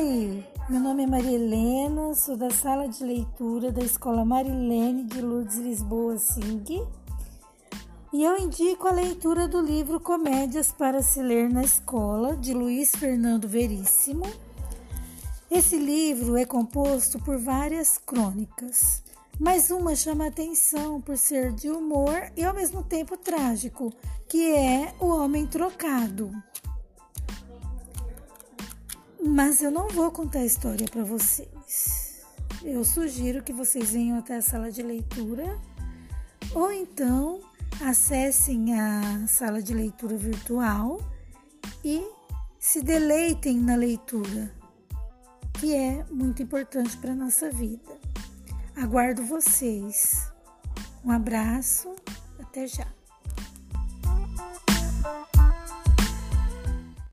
Oi, meu nome é Maria Helena, sou da sala de leitura da Escola Marilene de Lourdes Lisboa SING e eu indico a leitura do livro Comédias para se ler na escola, de Luiz Fernando Veríssimo. Esse livro é composto por várias crônicas, mas uma chama a atenção por ser de humor e ao mesmo tempo trágico, que é O Homem Trocado. Mas eu não vou contar a história para vocês. Eu sugiro que vocês venham até a sala de leitura ou então acessem a sala de leitura virtual e se deleitem na leitura, que é muito importante para a nossa vida. Aguardo vocês. Um abraço, até já.